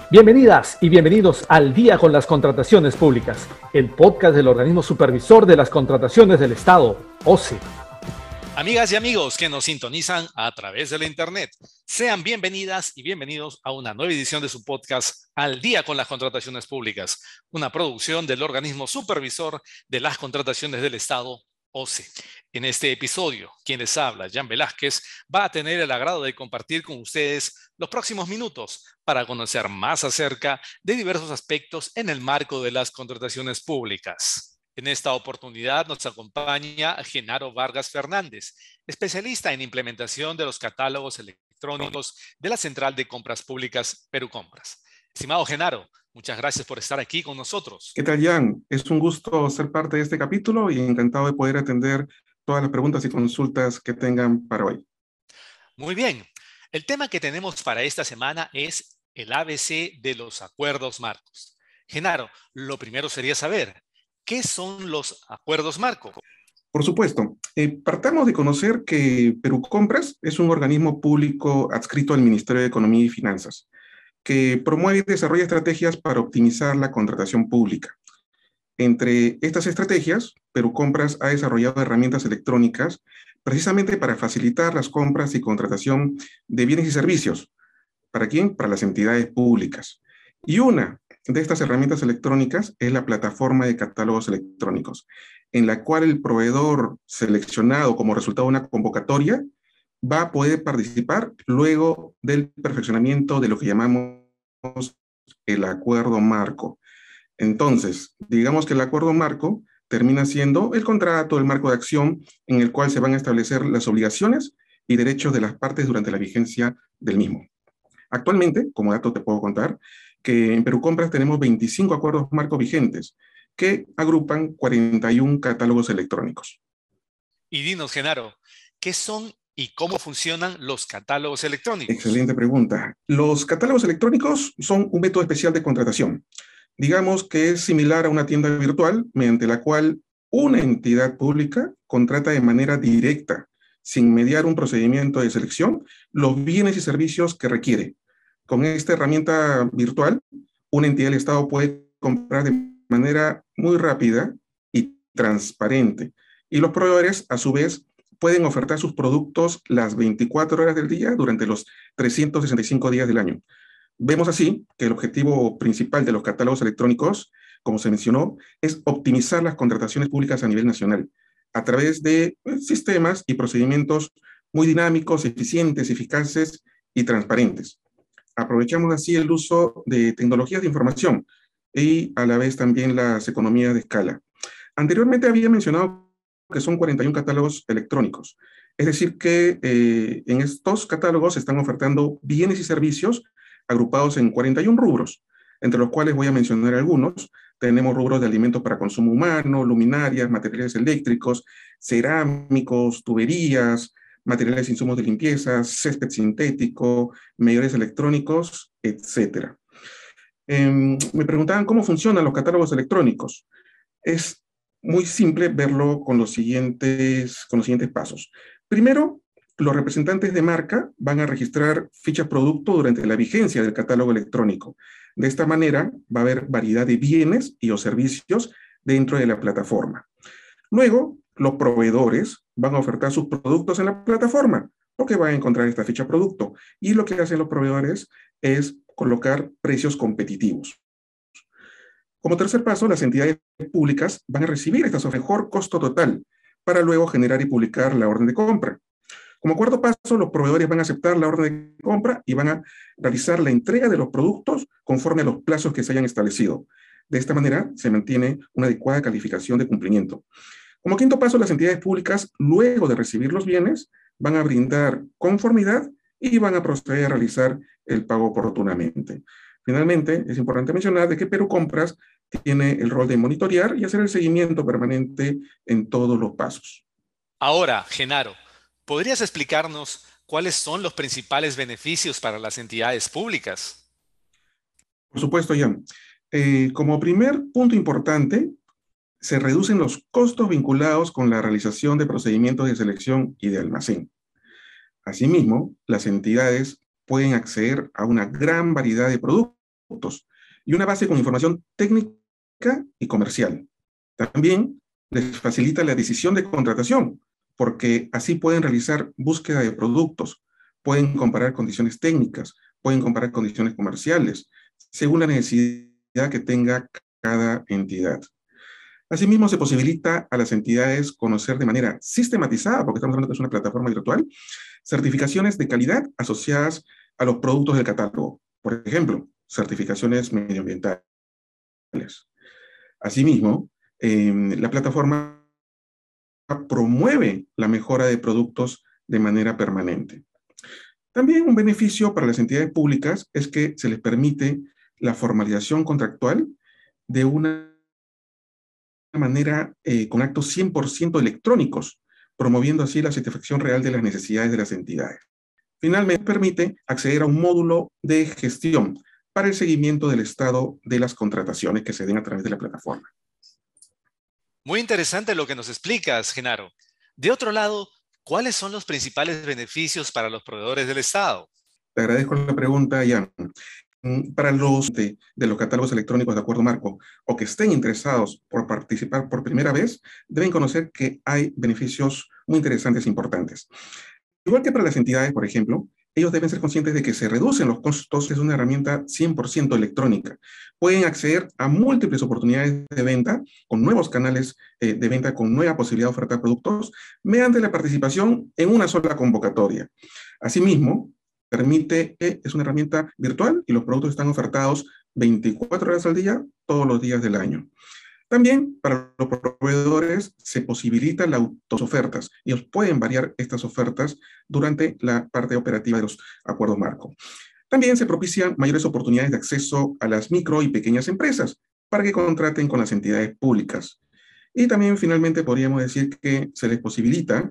Bienvenidas y bienvenidos al Día con las Contrataciones Públicas, el podcast del Organismo Supervisor de las Contrataciones del Estado, OSCE. Amigas y amigos que nos sintonizan a través de la Internet, sean bienvenidas y bienvenidos a una nueva edición de su podcast Al Día con las Contrataciones Públicas, una producción del Organismo Supervisor de las Contrataciones del Estado, OSCE. En este episodio, quien les habla, Jan Velázquez, va a tener el agrado de compartir con ustedes los próximos minutos para conocer más acerca de diversos aspectos en el marco de las contrataciones públicas. En esta oportunidad nos acompaña Genaro Vargas Fernández, especialista en implementación de los catálogos electrónicos de la Central de Compras Públicas Perú Compras. Estimado Genaro, muchas gracias por estar aquí con nosotros. ¿Qué tal, Jan? Es un gusto ser parte de este capítulo y encantado de poder atender todas las preguntas y consultas que tengan para hoy. Muy bien. El tema que tenemos para esta semana es el ABC de los acuerdos marcos. Genaro, lo primero sería saber, ¿qué son los acuerdos marco? Por supuesto, partamos de conocer que Perú Compras es un organismo público adscrito al Ministerio de Economía y Finanzas, que promueve y desarrolla estrategias para optimizar la contratación pública. Entre estas estrategias, Perú Compras ha desarrollado herramientas electrónicas precisamente para facilitar las compras y contratación de bienes y servicios. ¿Para quién? Para las entidades públicas. Y una de estas herramientas electrónicas es la plataforma de catálogos electrónicos, en la cual el proveedor seleccionado como resultado de una convocatoria va a poder participar luego del perfeccionamiento de lo que llamamos el acuerdo marco. Entonces, digamos que el acuerdo marco termina siendo el contrato, el marco de acción en el cual se van a establecer las obligaciones y derechos de las partes durante la vigencia del mismo. Actualmente, como dato te puedo contar, que en Perú Compras tenemos 25 acuerdos marco vigentes que agrupan 41 catálogos electrónicos. Y dinos, Genaro, ¿qué son y cómo funcionan los catálogos electrónicos? Excelente pregunta. Los catálogos electrónicos son un método especial de contratación. Digamos que es similar a una tienda virtual mediante la cual una entidad pública contrata de manera directa, sin mediar un procedimiento de selección, los bienes y servicios que requiere. Con esta herramienta virtual, una entidad del Estado puede comprar de manera muy rápida y transparente. Y los proveedores, a su vez, pueden ofertar sus productos las 24 horas del día durante los 365 días del año. Vemos así que el objetivo principal de los catálogos electrónicos, como se mencionó, es optimizar las contrataciones públicas a nivel nacional a través de sistemas y procedimientos muy dinámicos, eficientes, eficaces y transparentes. Aprovechamos así el uso de tecnologías de información y a la vez también las economías de escala. Anteriormente había mencionado que son 41 catálogos electrónicos, es decir que en estos catálogos se están ofertando bienes y servicios agrupados en 41 rubros, entre los cuales voy a mencionar algunos. Tenemos rubros de alimentos para consumo humano, luminarias, materiales eléctricos, cerámicos, tuberías, materiales e insumos de limpieza, césped sintético, medidores electrónicos, etc. Me preguntaban cómo funcionan los catálogos electrónicos. Es muy simple verlo con los siguientes pasos. Primero, los representantes de marca van a registrar fichas producto durante la vigencia del catálogo electrónico. De esta manera, va a haber variedad de bienes y o servicios dentro de la plataforma. Luego, los proveedores van a ofertar sus productos en la plataforma, porque van a encontrar esta ficha producto. Y lo que hacen los proveedores es colocar precios competitivos. Como tercer paso, las entidades públicas van a recibir estas ofertas mejor costo total para luego generar y publicar la orden de compra. Como cuarto paso, los proveedores van a aceptar la orden de compra y van a realizar la entrega de los productos conforme a los plazos que se hayan establecido. De esta manera, se mantiene una adecuada calificación de cumplimiento. Como quinto paso, las entidades públicas, luego de recibir los bienes, van a brindar conformidad y van a proceder a realizar el pago oportunamente. Finalmente, es importante mencionar de que Perú Compras tiene el rol de monitorear y hacer el seguimiento permanente en todos los pasos. Ahora, Genaro, ¿podrías explicarnos cuáles son los principales beneficios para las entidades públicas? Por supuesto, Jan. Como primer punto importante, se reducen los costos vinculados con la realización de procedimientos de selección y de almacén. Asimismo, las entidades pueden acceder a una gran variedad de productos productos y una base con información técnica y comercial. También les facilita la decisión de contratación, porque así pueden realizar búsqueda de productos, pueden comparar condiciones técnicas, pueden comparar condiciones comerciales, según la necesidad que tenga cada entidad. Asimismo, se posibilita a las entidades conocer de manera sistematizada, porque estamos hablando que es una plataforma virtual, certificaciones de calidad asociadas a los productos del catálogo. Por ejemplo, certificaciones medioambientales. Asimismo, la plataforma promueve la mejora de productos de manera permanente. También un beneficio para las entidades públicas es que se les permite la formalización contractual de una manera con actos 100% electrónicos, promoviendo así la satisfacción real de las necesidades de las entidades. Finalmente, permite acceder a un módulo de gestión para el seguimiento del estado de las contrataciones que se den a través de la plataforma. Muy interesante lo que nos explicas, Genaro. De otro lado, ¿cuáles son los principales beneficios para los proveedores del Estado? Te agradezco la pregunta, Jan. Para los de los catálogos electrónicos de acuerdo marco o que estén interesados por participar por primera vez, deben conocer que hay beneficios muy interesantes e importantes. Igual que para las entidades, por ejemplo, ellos deben ser conscientes de que se reducen los costos, es una herramienta 100% electrónica. Pueden acceder a múltiples oportunidades de venta, con nuevos canales de venta, con nueva posibilidad de ofertar productos, mediante la participación en una sola convocatoria. Asimismo, es una herramienta virtual y los productos están ofertados 24 horas al día, todos los días del año. También para los proveedores se posibilita las autoofertas. Ellos pueden variar estas ofertas durante la parte operativa de los acuerdos marco. También se propician mayores oportunidades de acceso a las micro y pequeñas empresas para que contraten con las entidades públicas. Y también finalmente podríamos decir que se les posibilita,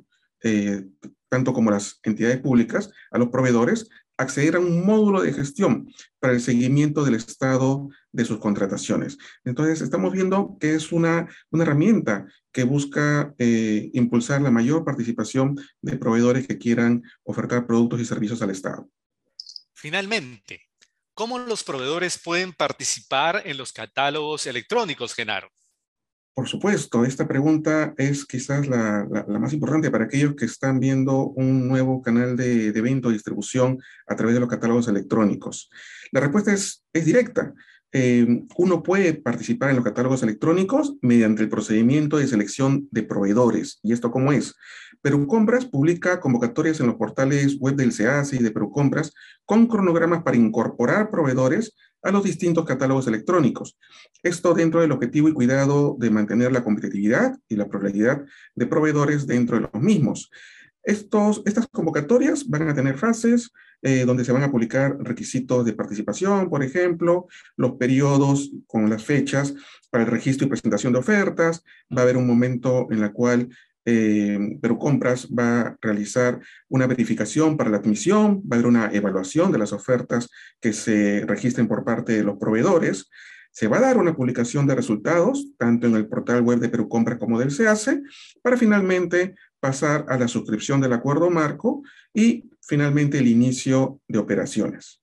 tanto como las entidades públicas, a los proveedores acceder a un módulo de gestión para el seguimiento del estado de sus contrataciones. Entonces, estamos viendo que es una herramienta que busca impulsar la mayor participación de proveedores que quieran ofertar productos y servicios al Estado. Finalmente, ¿cómo los proveedores pueden participar en los catálogos electrónicos, Genaro? Por supuesto, esta pregunta es quizás la más importante para aquellos que están viendo un nuevo canal de venta o distribución a través de los catálogos electrónicos. La respuesta es directa. Uno puede participar en los catálogos electrónicos mediante el procedimiento de selección de proveedores. ¿Y esto cómo es? Perucompras publica convocatorias en los portales web del SEACE y de Perucompras con cronogramas para incorporar proveedores a los distintos catálogos electrónicos. Esto dentro del objetivo y cuidado de mantener la competitividad y la pluralidad de proveedores dentro de los mismos. Estas convocatorias van a tener fases donde se van a publicar requisitos de participación, por ejemplo, los periodos con las fechas para el registro y presentación de ofertas. Va a haber un momento en el cual Perucompras va a realizar una verificación para la admisión, va a haber una evaluación de las ofertas que se registren por parte de los proveedores. Se va a dar una publicación de resultados, tanto en el portal web de Perucompras como del SEACE, para finalmente pasar a la suscripción del acuerdo marco y finalmente el inicio de operaciones.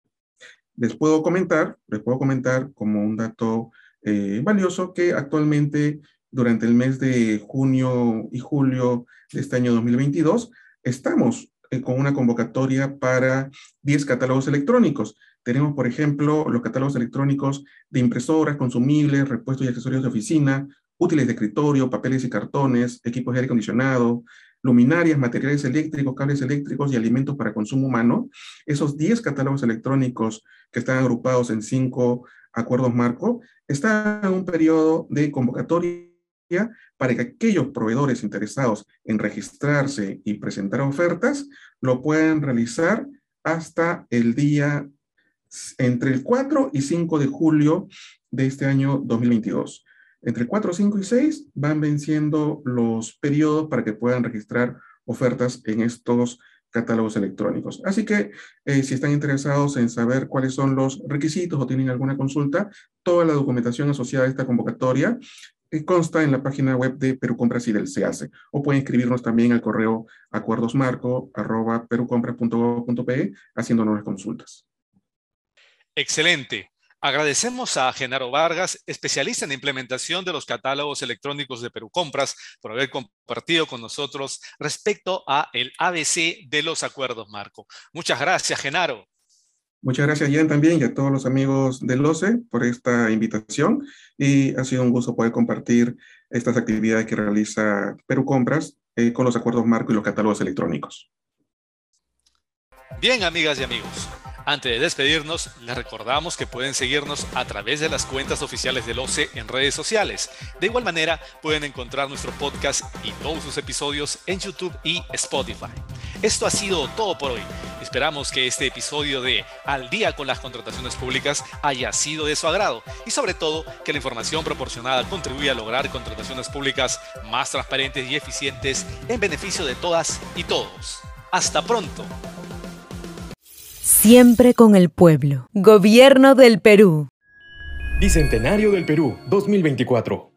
Les puedo comentar como un dato valioso que actualmente durante el mes de junio y julio de este año 2022 estamos con una convocatoria para 10 catálogos electrónicos. Tenemos, por ejemplo, los catálogos electrónicos de impresoras, consumibles, repuestos y accesorios de oficina, útiles de escritorio, papeles y cartones, equipos de aire acondicionado, luminarias, materiales eléctricos, cables eléctricos y alimentos para consumo humano. Esos 10 catálogos electrónicos que están agrupados en 5 acuerdos marco están en un periodo de convocatoria para que aquellos proveedores interesados en registrarse y presentar ofertas lo puedan realizar hasta el día entre el 4 y 5 de julio de este año 2022. Entre el 4, 5 y 6 van venciendo los periodos para que puedan registrar ofertas en estos catálogos electrónicos. Así que si están interesados en saber cuáles son los requisitos o tienen alguna consulta, toda la documentación asociada a esta convocatoria consta en la página web de Perucompras y del SEACE, o pueden escribirnos también al correo acuerdosmarco@perucompras.gov.pe haciéndonos las consultas. Excelente. Agradecemos a Genaro Vargas, especialista en la implementación de los catálogos electrónicos de Perú Compras, por haber compartido con nosotros respecto a el ABC de los acuerdos marco. Muchas gracias, Genaro. Muchas gracias, Jen, también, y a todos los amigos del OCE por esta invitación. Y ha sido un gusto poder compartir estas actividades que realiza Perú Compras con los acuerdos marco y los catálogos electrónicos. Bien, amigas y amigos, antes de despedirnos, les recordamos que pueden seguirnos a través de las cuentas oficiales del OCE en redes sociales. De igual manera, pueden encontrar nuestro podcast y todos sus episodios en YouTube y Spotify. Esto ha sido todo por hoy. Esperamos que este episodio de Al Día con las Contrataciones Públicas haya sido de su agrado y sobre todo que la información proporcionada contribuya a lograr contrataciones públicas más transparentes y eficientes en beneficio de todas y todos. ¡Hasta pronto! Siempre con el pueblo. Gobierno del Perú. Bicentenario del Perú 2024.